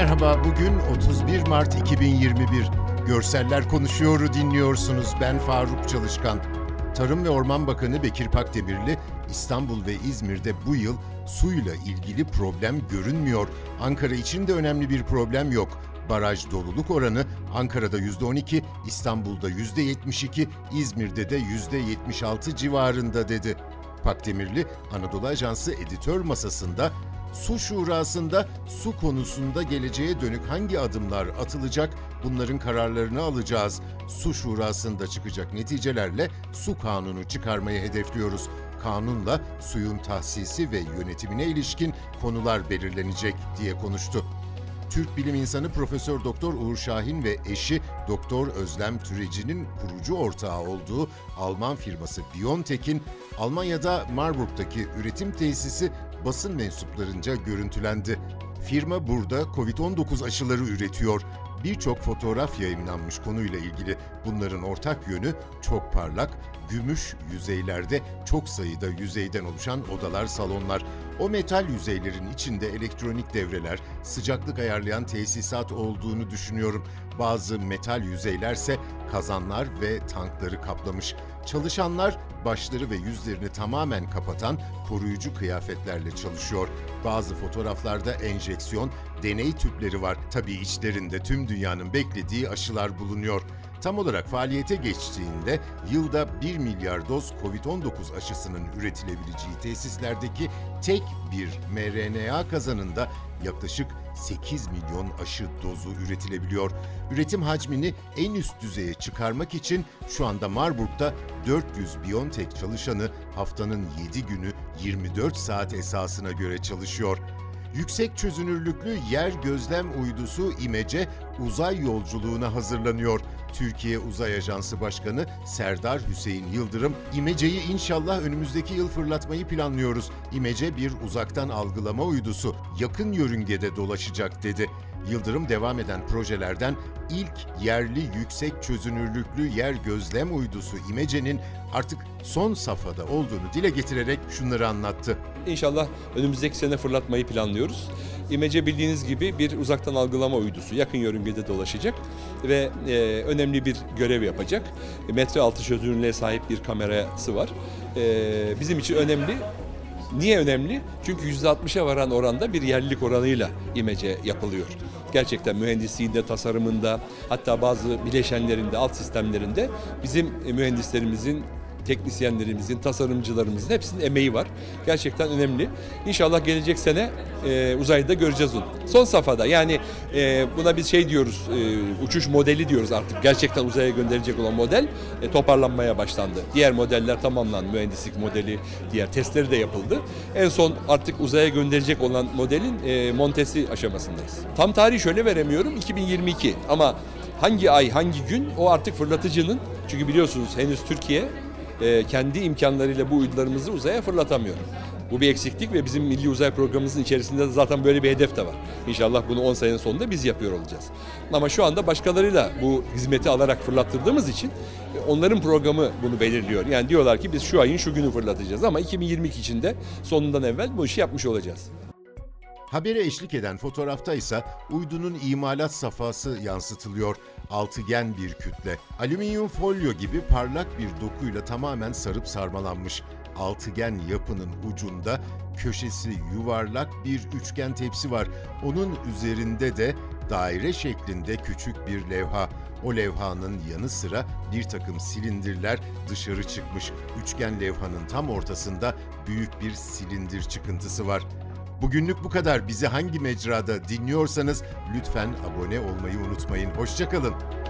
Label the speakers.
Speaker 1: Merhaba, bugün 31 Mart 2021. Görseller Konuşuyor'u dinliyorsunuz. Ben Faruk Çalışkan. Tarım ve Orman Bakanı Bekir Pakdemirli, İstanbul ve İzmir'de bu yıl suyla ilgili problem görünmüyor. Ankara için de önemli bir problem yok. Baraj doluluk oranı Ankara'da %12, İstanbul'da %72, İzmir'de de %76 civarında dedi. Pakdemirli, Anadolu Ajansı editör masasında Su Şurası'nda su konusunda geleceğe dönük hangi adımlar atılacak, bunların kararlarını alacağız. Su Şurası'nda çıkacak neticelerle su kanunu çıkarmayı hedefliyoruz. Kanunla suyun tahsisi ve yönetimine ilişkin konular belirlenecek diye konuştu. Türk bilim insanı Profesör Doktor Uğur Şahin ve eşi Doktor Özlem Türeci'nin kurucu ortağı olduğu Alman firması BioNTech'in Almanya'da Marburg'daki üretim tesisi basın mensuplarınca görüntülendi. Firma burada Covid-19 aşıları üretiyor. Birçok fotoğraf yayınlanmış konuyla ilgili. Bunların ortak yönü çok parlak, gümüş yüzeylerde çok sayıda yüzeyden oluşan odalar, salonlar. O metal yüzeylerin içinde elektronik devreler, sıcaklık ayarlayan tesisat olduğunu düşünüyorum. Bazı metal yüzeylerse kazanlar ve tankları kaplamış. Çalışanlar başları ve yüzlerini tamamen kapatan koruyucu kıyafetlerle çalışıyor. Bazı fotoğraflarda enjeksiyon, deney tüpleri var. Tabii içlerinde tüm dünyanın beklediği aşılar bulunuyor. Tam olarak faaliyete geçtiğinde yılda 1 milyar doz Covid-19 aşısının üretilebileceği tesislerdeki tek bir mRNA kazanında yaklaşık 8 milyon aşı dozu üretilebiliyor. Üretim hacmini en üst düzeye çıkarmak için şu anda Marburg'da 400 BioNTech çalışanı haftanın 7 günü 24 saat esasına göre çalışıyor. Yüksek çözünürlüklü yer gözlem uydusu İMECE uzay yolculuğuna hazırlanıyor. Türkiye Uzay Ajansı Başkanı Serdar Hüseyin Yıldırım, İMECE'yi inşallah önümüzdeki yıl fırlatmayı planlıyoruz. İMECE bir uzaktan algılama uydusu, yakın yörüngede dolaşacak dedi. Yıldırım devam eden projelerden ilk yerli yüksek çözünürlüklü yer gözlem uydusu İMECE'nin artık son safhada olduğunu dile getirerek şunları anlattı.
Speaker 2: İnşallah önümüzdeki sene fırlatmayı planlıyoruz. İMECE bildiğiniz gibi bir uzaktan algılama uydusu, yakın yörüngede dolaşacak ve önemli bir görev yapacak. Metre altı çözünürlüğe sahip bir kamerası var. Bizim için önemli. Niye önemli? Çünkü %60'a varan oranda bir yerlilik oranıyla İMECE yapılıyor. Gerçekten mühendisliğinde, tasarımında, hatta bazı bileşenlerinde, alt sistemlerinde bizim mühendislerimizin, teknisyenlerimizin, tasarımcılarımızın hepsinin emeği var. Gerçekten önemli. İnşallah gelecek sene uzayda göreceğiz onu. Son safhada yani buna biz şey diyoruz, uçuş modeli diyoruz artık. Gerçekten uzaya gönderilecek olan model toparlanmaya başlandı. Diğer modeller tamamlandı. Mühendislik modeli, diğer testleri de yapıldı. En son artık uzaya gönderecek olan modelin montesi aşamasındayız. Tam tarihi şöyle veremiyorum, 2022 ama hangi ay, hangi gün o artık fırlatıcının, çünkü biliyorsunuz henüz Türkiye kendi imkanlarıyla bu uydularımızı uzaya fırlatamıyor. Bu bir eksiklik ve bizim Milli Uzay Programımızın içerisinde de zaten böyle bir hedef de var. İnşallah bunu 10 senenin sonunda biz yapıyor olacağız. Ama şu anda başkalarıyla bu hizmeti alarak fırlattırdığımız için onların programı bunu belirliyor. Yani diyorlar ki biz şu ayın şu günü fırlatacağız ama 2022 içinde sonundan evvel bu işi yapmış olacağız.
Speaker 1: Habere eşlik eden fotoğrafta ise uydunun imalat safhası yansıtılıyor. Altıgen bir kütle, alüminyum folyo gibi parlak bir dokuyla tamamen sarıp sarmalanmış. Altıgen yapının ucunda köşesi yuvarlak bir üçgen tepsi var. Onun üzerinde de daire şeklinde küçük bir levha. O levhanın yanı sıra bir takım silindirler dışarı çıkmış. Üçgen levhanın tam ortasında büyük bir silindir çıkıntısı var. Bugünlük bu kadar. Bizi hangi mecrada dinliyorsanız lütfen abone olmayı unutmayın. Hoşça kalın.